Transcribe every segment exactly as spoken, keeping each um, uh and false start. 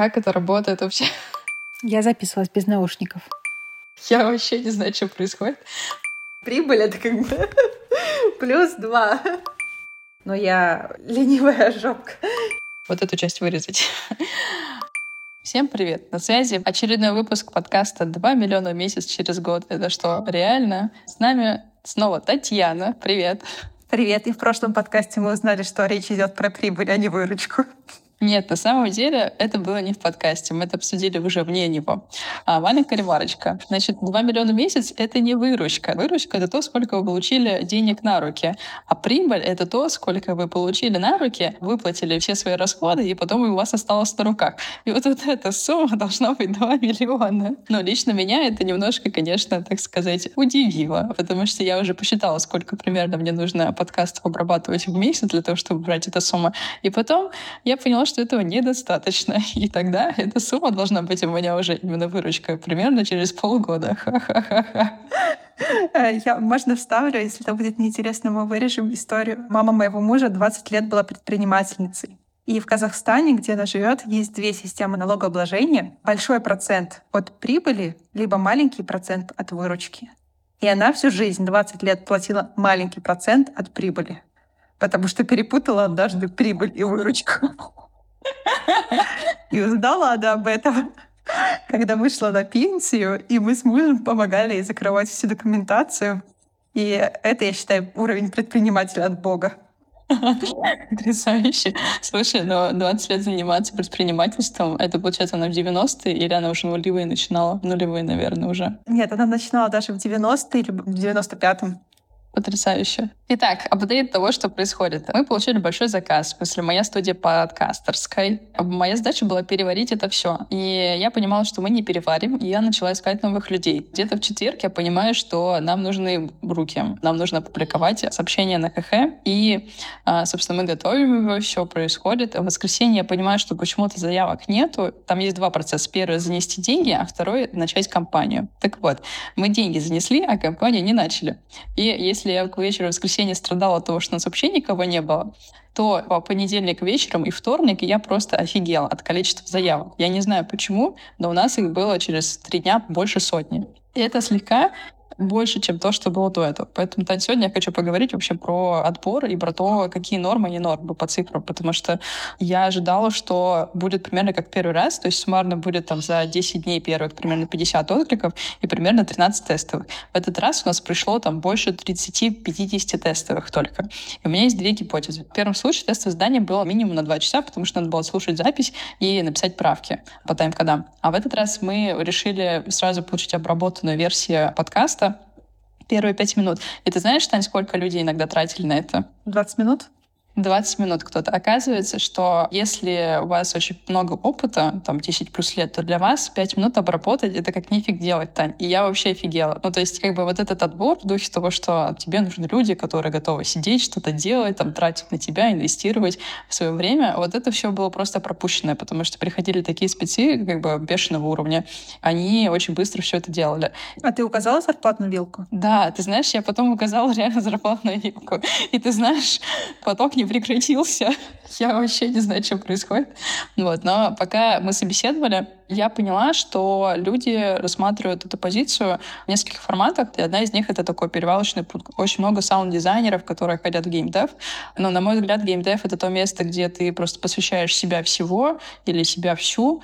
Как это работает вообще? Я записывалась без наушников. Я вообще не знаю, что происходит. Прибыль — это как бы плюс два. Но я ленивая жопка. Вот эту часть вырезать. Всем привет! На связи очередной выпуск подкаста «два миллиона в месяц через год». Это что, реально? С нами снова Татьяна. Привет! Привет! И в прошлом подкасте мы узнали, что речь идет про прибыль, а не выручку. Нет, на самом деле это было не в подкасте. Мы это обсудили уже вне него. А, маленькая ремарочка. Значит, два миллиона в месяц — это не выручка. Выручка — это то, сколько вы получили денег на руки. А прибыль — это то, сколько вы получили на руки, выплатили все свои расходы, и потом у вас осталось на руках. И вот, вот эта сумма должна быть два миллиона. Но лично меня это немножко, конечно, так сказать, удивило, потому что я уже посчитала, сколько примерно мне нужно подкастов обрабатывать в месяц для того, чтобы брать эту сумму. И потом я поняла, что этого недостаточно. И тогда эта сумма должна быть у меня уже именно выручка примерно через полгода. Ха-ха-ха-ха. Я, можно вставлю, если это будет неинтересно, мы вырежем историю. Мама моего мужа двадцать лет была предпринимательницей. И в Казахстане, где она живет, есть две системы налогообложения. Большой процент от прибыли, либо маленький процент от выручки. И она всю жизнь, двадцать лет, платила маленький процент от прибыли, потому что перепутала однажды прибыль и выручку. И узнала она об этом, когда вышла на пенсию, и мы с мужем помогали ей закрывать всю документацию. И это, я считаю, уровень предпринимателя от Бога. Потрясающе. Слушай, но двадцать лет заниматься предпринимательством, это, получается, она в девяностые, или она уже нулевые начинала? Нулевые, наверное, уже. Нет, она начинала даже в девяностые или в девяносто пятом. Потрясающе. Итак, апдейт того, что происходит. Мы получили большой заказ, в смысле, моя студия подкастерской. Моя задача была переварить это все. И я понимала, что мы не переварим, и я начала искать новых людей. Где-то в четверг я понимаю, что нам нужны руки. Нам нужно опубликовать сообщение на ХХ. И, собственно, мы готовим его, все происходит. В воскресенье я понимаю, что почему-то заявок нету. Там есть два процесса. Первый — занести деньги, а второй — начать кампанию. Так вот, мы деньги занесли, а кампанию не начали. И если Если я к вечеру в воскресенье страдала от того, что у нас вообще никого не было, то по понедельник вечером и вторник я просто офигела от количества заявок. Я не знаю почему, но у нас их было через три дня больше сотни. И это слегка больше, чем то, что было до этого. Поэтому, Тань, сегодня я хочу поговорить вообще про отбор и про то, какие нормы и не нормы по цифрам, потому что я ожидала, что будет примерно как первый раз, то есть суммарно будет там за десять дней первых примерно пятьдесят откликов и примерно тринадцать тестовых. В этот раз у нас пришло там больше тридцать-пятьдесят тестовых только. И у меня есть две гипотезы. В первом случае тестовое задание было минимум на два часа, потому что надо было слушать запись и написать правки по тайм-кодам. А в этот раз мы решили сразу получить обработанную версию подкаста, первые пять минут. И ты знаешь, Тань, сколько людей иногда тратили на это? двадцать минут? двадцать минут кто-то. Оказывается, что если у вас очень много опыта, там десять плюс лет, то для вас пять минут обработать — это как нифиг делать, Тань. И я вообще офигела. Ну, то есть, как бы вот этот отбор в духе того, что тебе нужны люди, которые готовы сидеть, что-то делать, там, тратить на тебя, инвестировать в свое время, вот это все было просто пропущенное, потому что приходили такие спецы, как бы бешеного уровня, они очень быстро все это делали. А ты указала зарплатную вилку? Да, ты знаешь, я потом указала реально зарплатную вилку. И ты знаешь, поток не прекратился. Я вообще не знаю, что происходит. Вот. Но пока мы собеседовали, я поняла, что люди рассматривают эту позицию в нескольких форматах. И одна из них — это такой перевалочный пункт. Очень много саунд-дизайнеров, которые хотят в геймдев. Но, на мой взгляд, геймдев — это то место, где ты просто посвящаешь себя всего или себя всю,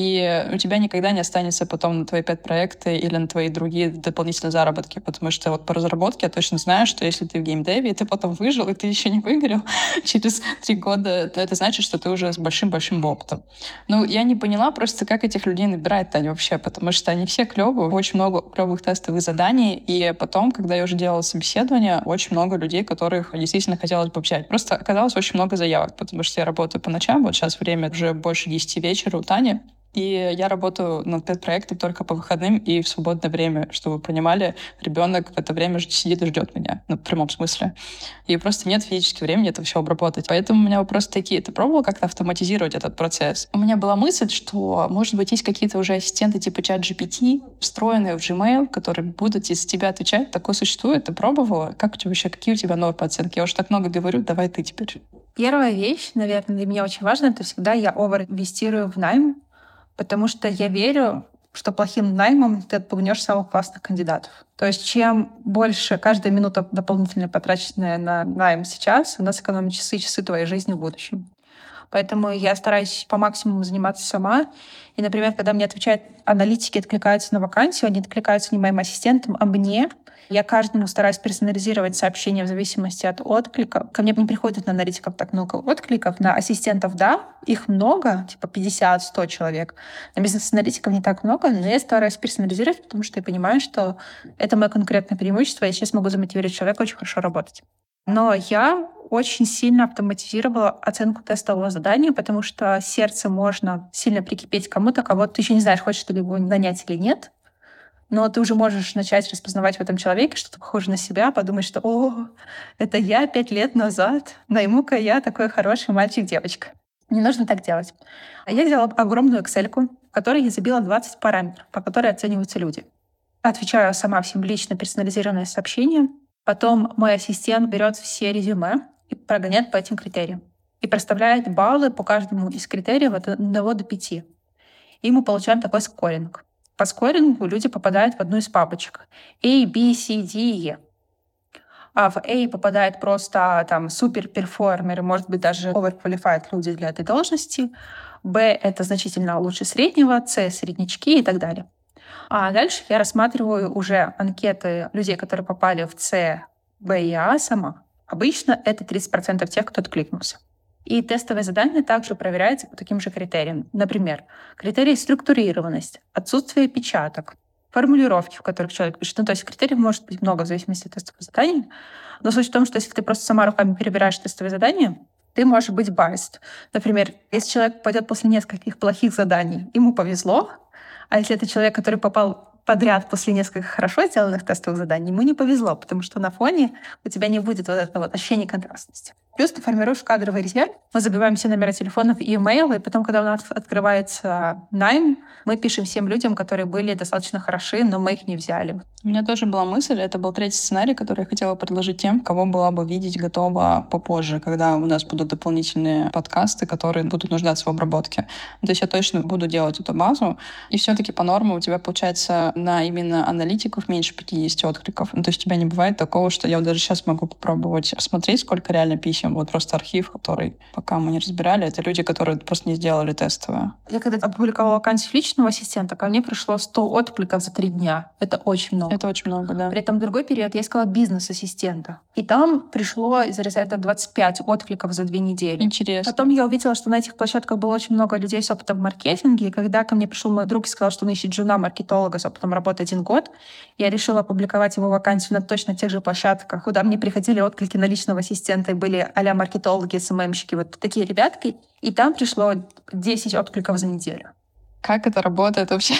и у тебя никогда не останется потом на твои пэт-проекты или на твои другие дополнительные заработки. Потому что вот по разработке я точно знаю, что если ты в геймдеве, и ты потом выжил, и ты еще не выгорел через три года, то это значит, что ты уже с большим-большим опытом. Ну, я не поняла просто, как этих людей набирать, Таня, вообще, потому что они все клевые, очень много клевых тестовых заданий, и потом, когда я уже делала собеседование, очень много людей, которых действительно хотелось бы взять. Просто оказалось очень много заявок, потому что я работаю по ночам, вот сейчас время уже больше десяти вечера у Тани, и я работаю над пэт-проектом только по выходным и в свободное время, чтобы вы понимали, ребенок в это время сидит и ждет меня, ну, в прямом смысле. И просто нет физического времени это все обработать. Поэтому у меня вопросы такие. Ты пробовала как-то автоматизировать этот процесс? У меня была мысль, что, может быть, есть какие-то уже ассистенты типа чат джи пи ти, встроенные в Gmail, которые будут из тебя отвечать. Такое существует? Ты пробовала? Как у тебя вообще, какие у тебя нормы по оценке? Я уже так много говорю, давай ты теперь. Первая вещь, наверное, для меня очень важна, это всегда я овер-инвестирую в найм. потому что я верю, что плохим наймом ты отпугнешь самых классных кандидатов. То есть чем больше каждая минута дополнительно потраченная на найм сейчас, у нас экономит часы и часы твоей жизни в будущем. Поэтому я стараюсь по максимуму заниматься сама. И, например, когда мне отвечают аналитики, откликаются на вакансию, они откликаются не моим ассистентам, а мне. Я каждому стараюсь персонализировать сообщения в зависимости от отклика. Ко мне не приходит на аналитиков так много откликов. На ассистентов, да, их много, типа пятьдесят-сто человек. На бизнес-аналитиков не так много, но я стараюсь персонализировать, потому что я понимаю, что это мое конкретное преимущество. Я сейчас могу замотивировать человека очень хорошо работать. Но я очень сильно автоматизировала оценку тестового задания, потому что сердце можно сильно прикипеть к кому-то, кого ты еще не знаешь, хочешь ты ли его нанять или нет. Но ты уже можешь начать распознавать в этом человеке что-то похожее на себя, подумать, что «О, это я пять лет назад, найму-ка я такой хороший мальчик-девочка». Не нужно так делать. Я сделала огромную Excel-ку, в которой я забила двадцать параметров, по которым оцениваются люди. Отвечаю сама всем лично персонализированное сообщение. Потом мой ассистент берет все резюме и прогоняет по этим критериям. И проставляет баллы по каждому из критериев от одного до пяти. И мы получаем такой скоринг. По скорингу люди попадают в одну из папочек. A, B, C, D, E. А в A попадают просто там суперперформеры, может быть, даже overqualified люди для этой должности. B — это значительно лучше среднего, C — среднячки и так далее. А дальше я рассматриваю уже анкеты людей, которые попали в С, Б и А сама. Обычно это тридцать процентов тех, кто откликнулся. И тестовое задание также проверяется по таким же критериям. Например, критерии структурированность, отсутствие печаток, формулировки, в которых человек пишет. Ну, то есть критериев может быть много в зависимости от тестового задания. Но суть в том, что если ты просто сама руками перебираешь тестовое задание, ты можешь быть biased. Например, если человек пойдет после нескольких плохих заданий, ему повезло, а если это человек, который попал подряд после нескольких хорошо сделанных тестовых заданий, ему не повезло, потому что на фоне у тебя не будет вот этого вот ощущения контрастности. Плюс ты формируешь кадровый резерв. Мы забиваем все номера телефонов и имейлы, и потом, когда у нас открывается найм, мы пишем всем людям, которые были достаточно хороши, но мы их не взяли. У меня тоже была мысль, это был третий сценарий, который я хотела предложить тем, кого была бы видеть готова попозже, когда у нас будут дополнительные подкасты, которые будут нуждаться в обработке. То есть я точно буду делать эту базу, и все-таки по нормам у тебя получается на именно аналитиков меньше пятидесяти откликов. Ну, то есть у тебя не бывает такого, что я вот даже сейчас могу попробовать посмотреть, сколько реально писем. Вот просто архив, который пока мы не разбирали, это люди, которые просто не сделали тестовое. Я когда опубликовала вакансию личного ассистента, ко мне пришло сто откликов за три дня. Это очень много. Это очень много, да. При этом в другой период я искала бизнес-ассистента. И там пришло из разряда двадцать пять откликов за две недели. Интересно. Потом я увидела, что на этих площадках было очень много людей с опытом в маркетинге. И когда ко мне пришел мой друг и сказал, что он ищет жена-маркетолога с опытом работы один год, я решила опубликовать его вакансию на точно тех же площадках, куда мне приходили отклики на личного ассистента и были а-ля маркетологи, эс эм эм-щики, вот такие ребятки. И там пришло десять откликов за неделю. Как это работает вообще?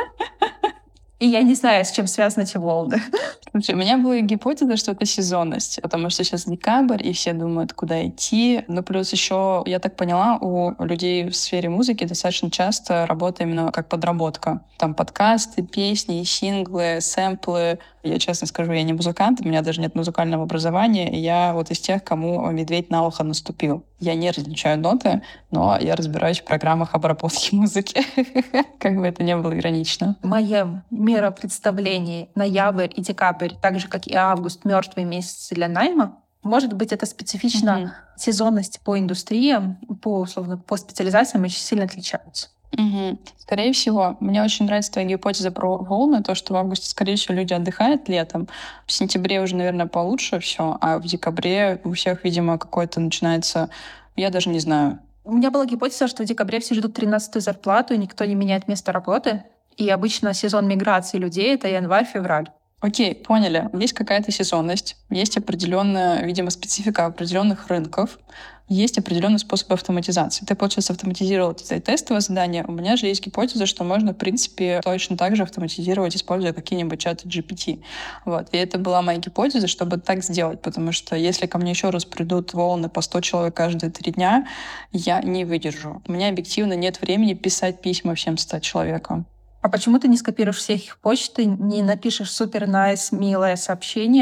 И я не знаю, с чем связаны эти волны. Слушай, у меня была гипотеза, что это сезонность, потому что сейчас декабрь, и все думают, куда идти. Ну, плюс еще, я так поняла, у людей в сфере музыки достаточно часто работа именно как подработка. Там подкасты, песни, синглы, сэмплы. Я честно скажу, я не музыкант, у меня даже нет музыкального образования, и я вот из тех, кому медведь на ухо наступил. Я не различаю ноты, но я разбираюсь в программах обработки музыки. Как бы это ни было иронично. Мое миропредставление ноябрь и декабрь, так же, как и август, мертвые месяцы для найма. Может быть, это специфично Мгм. сезонность по индустриям, по, условно, по специализациям очень сильно отличаются. Мгм. Скорее всего. Мне очень нравится твоя гипотеза про волны, то, что в августе, скорее всего, люди отдыхают летом. В сентябре уже, наверное, получше все, а в декабре у всех, видимо, какой-то начинается... Я даже не знаю. У меня была гипотеза, что в декабре все ждут тринадцатую зарплату, и никто не меняет место работы. И обычно сезон миграции людей — это январь-февраль. Окей, поняли. Есть какая-то сезонность, есть определенная, видимо, специфика определенных рынков, есть определенный способ автоматизации. Ты, получается, автоматизировал это тестовое задание. У меня же есть гипотеза, что можно, в принципе, точно так же автоматизировать, используя какие-нибудь чаты джи пи ти. Вот. И это была моя гипотеза, чтобы так сделать, потому что если ко мне еще раз придут волны по сто человек каждые три дня, я не выдержу. У меня объективно нет времени писать письма всем ста человекам. А почему ты не скопируешь всех их почты, не напишешь супер найс, милое сообщение,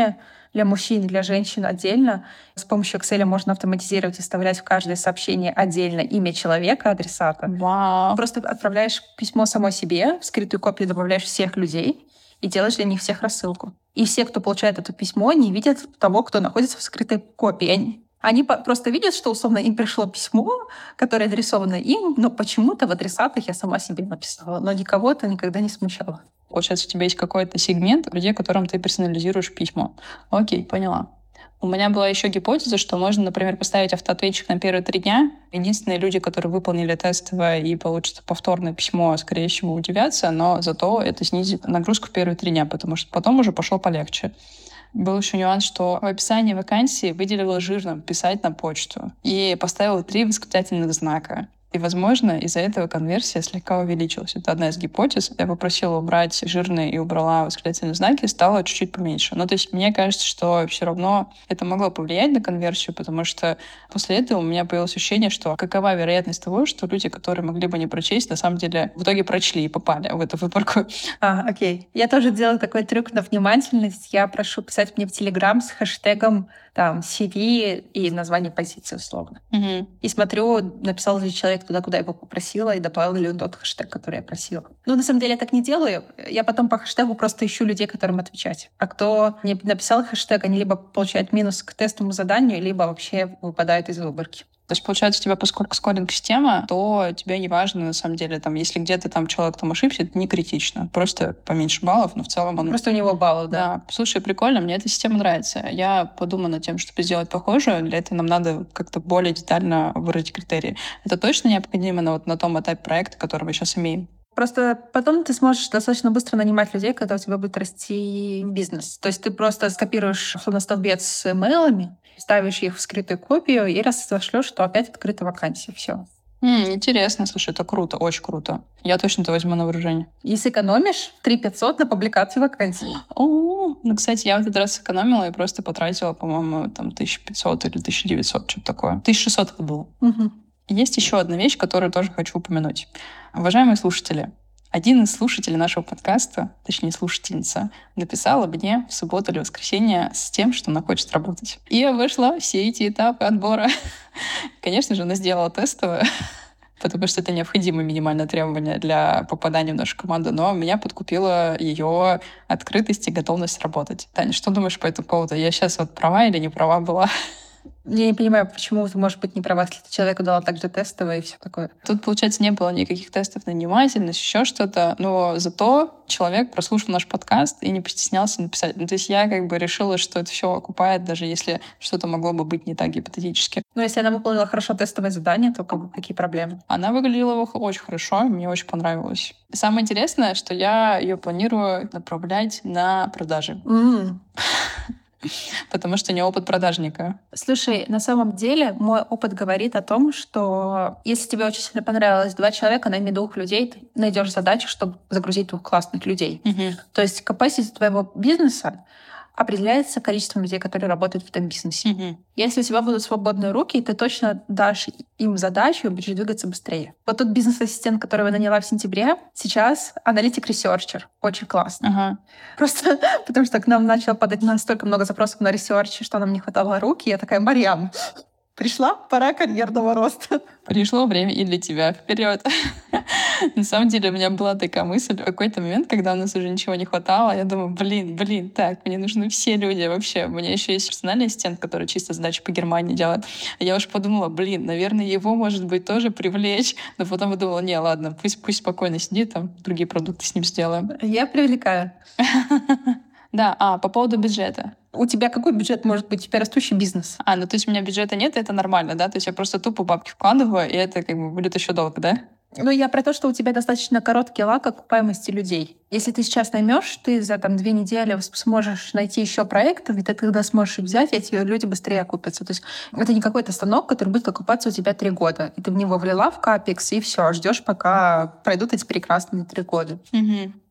для мужчин и для женщин отдельно. С помощью Excel можно автоматизировать и вставлять в каждое сообщение отдельно имя человека, адресата. Вау. Просто отправляешь письмо самой себе, в скрытую копию добавляешь всех людей и делаешь для них всех рассылку. И все, кто получает это письмо, не видят того, кто находится в скрытой копии. Они, они по- просто видят, что, условно, им пришло письмо, которое адресовано им, но почему-то в адресатах я сама себе написала. Но никого это никогда не смущало. Получается, у тебя есть какой-то сегмент людей, которым ты персонализируешь письмо. Окей, поняла. У меня была еще гипотеза, что можно, например, поставить автоответчик на первые три дня. Единственные люди, которые выполнили тестовое и получат повторное письмо, скорее всего, удивятся, но зато это снизит нагрузку в первые три дня, потому что потом уже пошло полегче. Был еще нюанс, что в описании вакансии выделила жирным «писать на почту» и поставила три восклицательных знака. И, возможно, из-за этого конверсия слегка увеличилась. Это одна из гипотез. Я попросила убрать жирные и убрала восклицательные знаки, стало чуть-чуть поменьше. Но то есть мне кажется, что все равно это могло повлиять на конверсию, потому что после этого у меня появилось ощущение, что какова вероятность того, что люди, которые могли бы не прочесть, на самом деле в итоге прочли и попали в эту выборку. А, окей. Я тоже делаю такой трюк на внимательность. Я прошу писать мне в Телеграм с хэштегом там си ви и название позиции условно. Угу. И смотрю, написал ли человек туда, куда я его попросила, и добавил ли он тот хэштег, который я просила. Ну, на самом деле, я так не делаю. Я потом по хэштегу просто ищу людей, которым отвечать. А кто не написал хэштег, они либо получают минус к тестовому заданию, либо вообще выпадают из выборки. То есть, получается, у тебя, поскольку скоринг-система, то тебе не важно, на самом деле, там, если где-то там человек там ошибся, это не критично. Просто поменьше баллов, но в целом он... Просто у него баллы, да. Да. Слушай, прикольно, мне эта система нравится. Я подумаю над тем, чтобы сделать похожую. Для этого нам надо как-то более детально выразить критерии. Это точно необходимо на, вот, на том этапе проекта, который мы сейчас имеем? Просто потом ты сможешь достаточно быстро нанимать людей, когда у тебя будет расти бизнес. То есть ты просто скопируешь условно столбец с имейлами, ставишь их в скрытую копию и разошлёшь, что опять открыта вакансия. Все. М, интересно, слушай, это круто, очень круто. Я точно это возьму на вооружение. И сэкономишь три тысячи пятьсот на публикацию вакансий. О, ну, кстати, я в этот раз сэкономила и просто потратила, по-моему, там тысяча пятьсот или тысяча девятьсот, что-то такое. тысяча шестьсот это было. Угу. Есть еще одна вещь, которую тоже хочу упомянуть. Уважаемые слушатели, один из слушателей нашего подкаста, точнее слушательница, написала мне в субботу или воскресенье с тем, что она хочет работать. И я вышла все эти этапы отбора. Конечно же, она сделала тестовое, потому что это необходимое минимальное требование для попадания в нашу команду, но меня подкупила ее открытость и готовность работать. Таня, что думаешь по этому поводу? Я сейчас вот права или не права была? Я не понимаю, почему ты можешь быть неправа, если ты человеку дала также тестовое и все такое. Тут, получается, не было никаких тестов на внимательность, еще что-то, но зато человек прослушал наш подкаст и не постеснялся написать. Ну, то есть я как бы решила, что это все окупает, даже если что-то могло бы быть не так гипотетически. Но если она выполнила хорошо тестовое задание, то как бы, какие проблемы? Она выглядела очень хорошо, мне очень понравилось. Самое интересное, что я ее планирую направлять на продажи. Mm. Потому что не опыт продажника. Слушай, на самом деле мой опыт говорит о том, что если тебе очень сильно понравилось два человека, найми двух людей, ты найдешь задачу, чтобы загрузить двух классных людей. Угу. То есть capacity твоего бизнеса определяется количеством людей, которые работают в этом бизнесе. Угу. Если у тебя будут свободные руки, ты точно дашь им задачу и будешь двигаться быстрее. Вот тот бизнес-ассистент, которого я наняла в сентябре, сейчас аналитик-ресерчер. Очень классно. Ага. Просто потому что к нам начало падать настолько много запросов на ресерч, что нам не хватало рук. И я такая: Марьям, пришла пора карьерного роста. Пришло время и для тебя. Вперед. На самом деле у меня была такая мысль в какой-то момент, когда у нас уже ничего не хватало. Я думаю, блин, блин, так, мне нужны все люди вообще. У меня еще есть персональный ассистент, который чисто задачи по Германии делает. Я уж подумала, блин, наверное, его, может быть, тоже привлечь. Но потом подумала, не, ладно, пусть, пусть спокойно сидит, там другие продукты с ним сделаем. Я привлекаю. Да, а, по поводу бюджета. У тебя какой бюджет может быть? У тебя растущий бизнес. А, ну то есть у меня бюджета нет, и это нормально, да? То есть я просто тупо бабки вкладываю, и это как бы будет еще долго, да? Ну, я про то, что у тебя достаточно короткий лак окупаемости людей. Если ты сейчас наймешь, ты за там две недели сможешь найти еще проектов, и ты тогда сможешь их взять, и эти люди быстрее окупятся. То есть это не какой-то станок, который будет окупаться у тебя три года. И ты в него влила в капекс, и все, ждешь, пока пройдут эти прекрасные три года. Угу.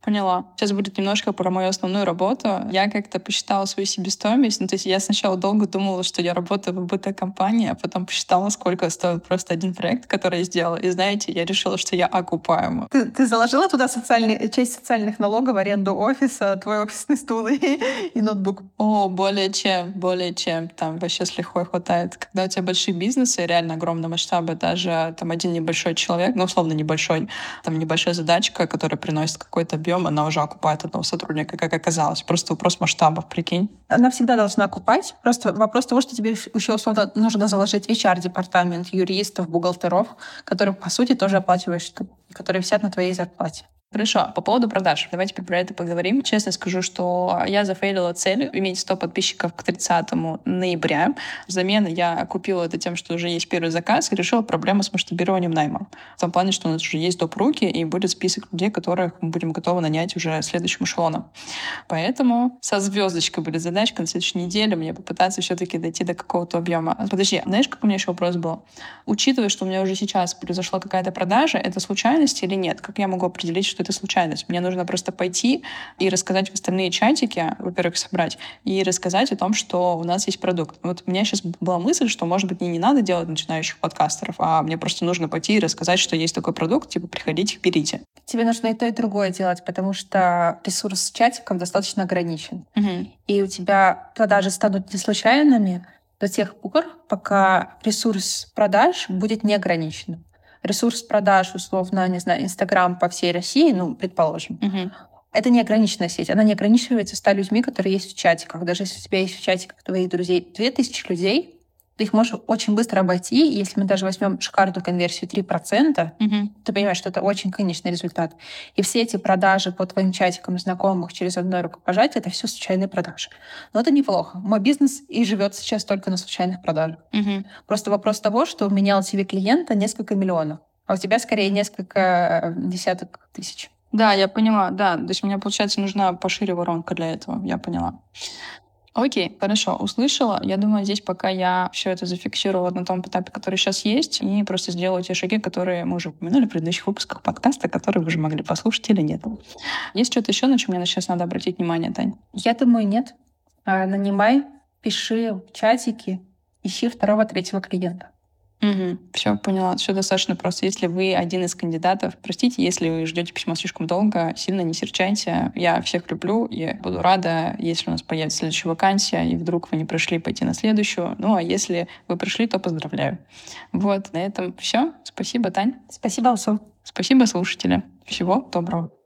Поняла. Сейчас будет немножко про мою основную работу. Я как-то посчитала свою себестоимость. Ну, то есть я сначала долго думала, что я работаю в ИБТ-компании, а потом посчитала, сколько стоит просто один проект, который я сделала. И знаете, я решила, что я окупаема. Ты, ты заложила туда социальный, часть социальных налогов, аренду офиса, твой офисный стул и, и ноутбук? О, более чем, более чем. Там вообще с лихвой хватает. Когда у тебя большие бизнесы, реально огромные масштабы, даже там один небольшой человек, ну, условно небольшой, там небольшая задачка, которая приносит какой-то объем, она уже окупает одного сотрудника, как оказалось. Просто вопрос масштабов, прикинь. Она всегда должна окупать. Просто вопрос того, что тебе еще условно нужно заложить эйч ар-департамент, юристов, бухгалтеров, которых, по сути, тоже оплачиваешь ты, которые висят на твоей зарплате. Хорошо, по поводу продаж. Давайте теперь про это поговорим. Честно скажу, что я зафейлила цель иметь сто подписчиков к тридцатому ноября. Взамен я купила это тем, что уже есть первый заказ, и решила проблему с масштабированием найма. В том плане, что у нас уже есть доп. Руки, и будет список людей, которых мы будем готовы нанять уже следующим эшелоном. Поэтому со звездочкой будет задачка на следующей неделе мне попытаться все-таки дойти до какого-то объема. Подожди, знаешь, как у меня еще вопрос был? Учитывая, что у меня уже сейчас произошла какая-то продажа, это случайность или нет? Как я могу определить, что это случайность? Мне нужно просто пойти и рассказать в остальные чатики, во-первых, собрать, и рассказать о том, что у нас есть продукт. Вот у меня сейчас была мысль, что, может быть, мне не надо делать начинающих подкастеров, а мне просто нужно пойти и рассказать, что есть такой продукт, типа, приходите, берите. Тебе нужно и то, и другое делать, потому что ресурс чатиков достаточно ограничен. Угу. И у тебя продажи станут не случайными до тех пор, пока ресурс продаж будет неограниченным. Ресурс продаж, условно, не знаю, Инстаграм по всей России, ну, предположим, Угу. это неограниченная сеть. Она не ограничивается ста людьми, которые есть в чатиках. Даже если у тебя есть в чатиках твоих друзей две тысячи людей, ты их можешь очень быстро обойти. И если мы даже возьмем шикарную конверсию три процента, Угу. ты понимаешь, что это очень конечный результат. И все эти продажи по твоим чатикам знакомых через одно рукопожатие — это все случайные продажи. Но это неплохо. Мой бизнес и живет сейчас только на случайных продажах. Угу. Просто вопрос того, что у меня эл ти ви клиента несколько миллионов, а у тебя скорее несколько десяток тысяч. Да, я поняла, да. То есть мне, получается, нужна пошире воронка для этого. Я поняла. Окей, хорошо, услышала. Я думаю, здесь пока я все это зафиксировала на том этапе, который сейчас есть, и просто сделаю те шаги, которые мы уже упомянули в предыдущих выпусках подкаста, которые вы уже могли послушать или нет. Есть что-то еще, на чем мне сейчас надо обратить внимание, Тань? Я думаю, нет. А, нанимай, пиши в чатики, ищи второго, третьего клиента. Угу, все, поняла. Все достаточно просто. Если вы один из кандидатов, простите, если вы ждете письмо слишком долго, сильно не серчайте. Я всех люблю и буду рада, если у нас появится следующая вакансия, и вдруг вы не пришли, пойти на следующую. Ну, а если вы пришли, то поздравляю. Вот, на этом все. Спасибо, Тань. Спасибо, Алсу. Спасибо, слушатели. Всего доброго.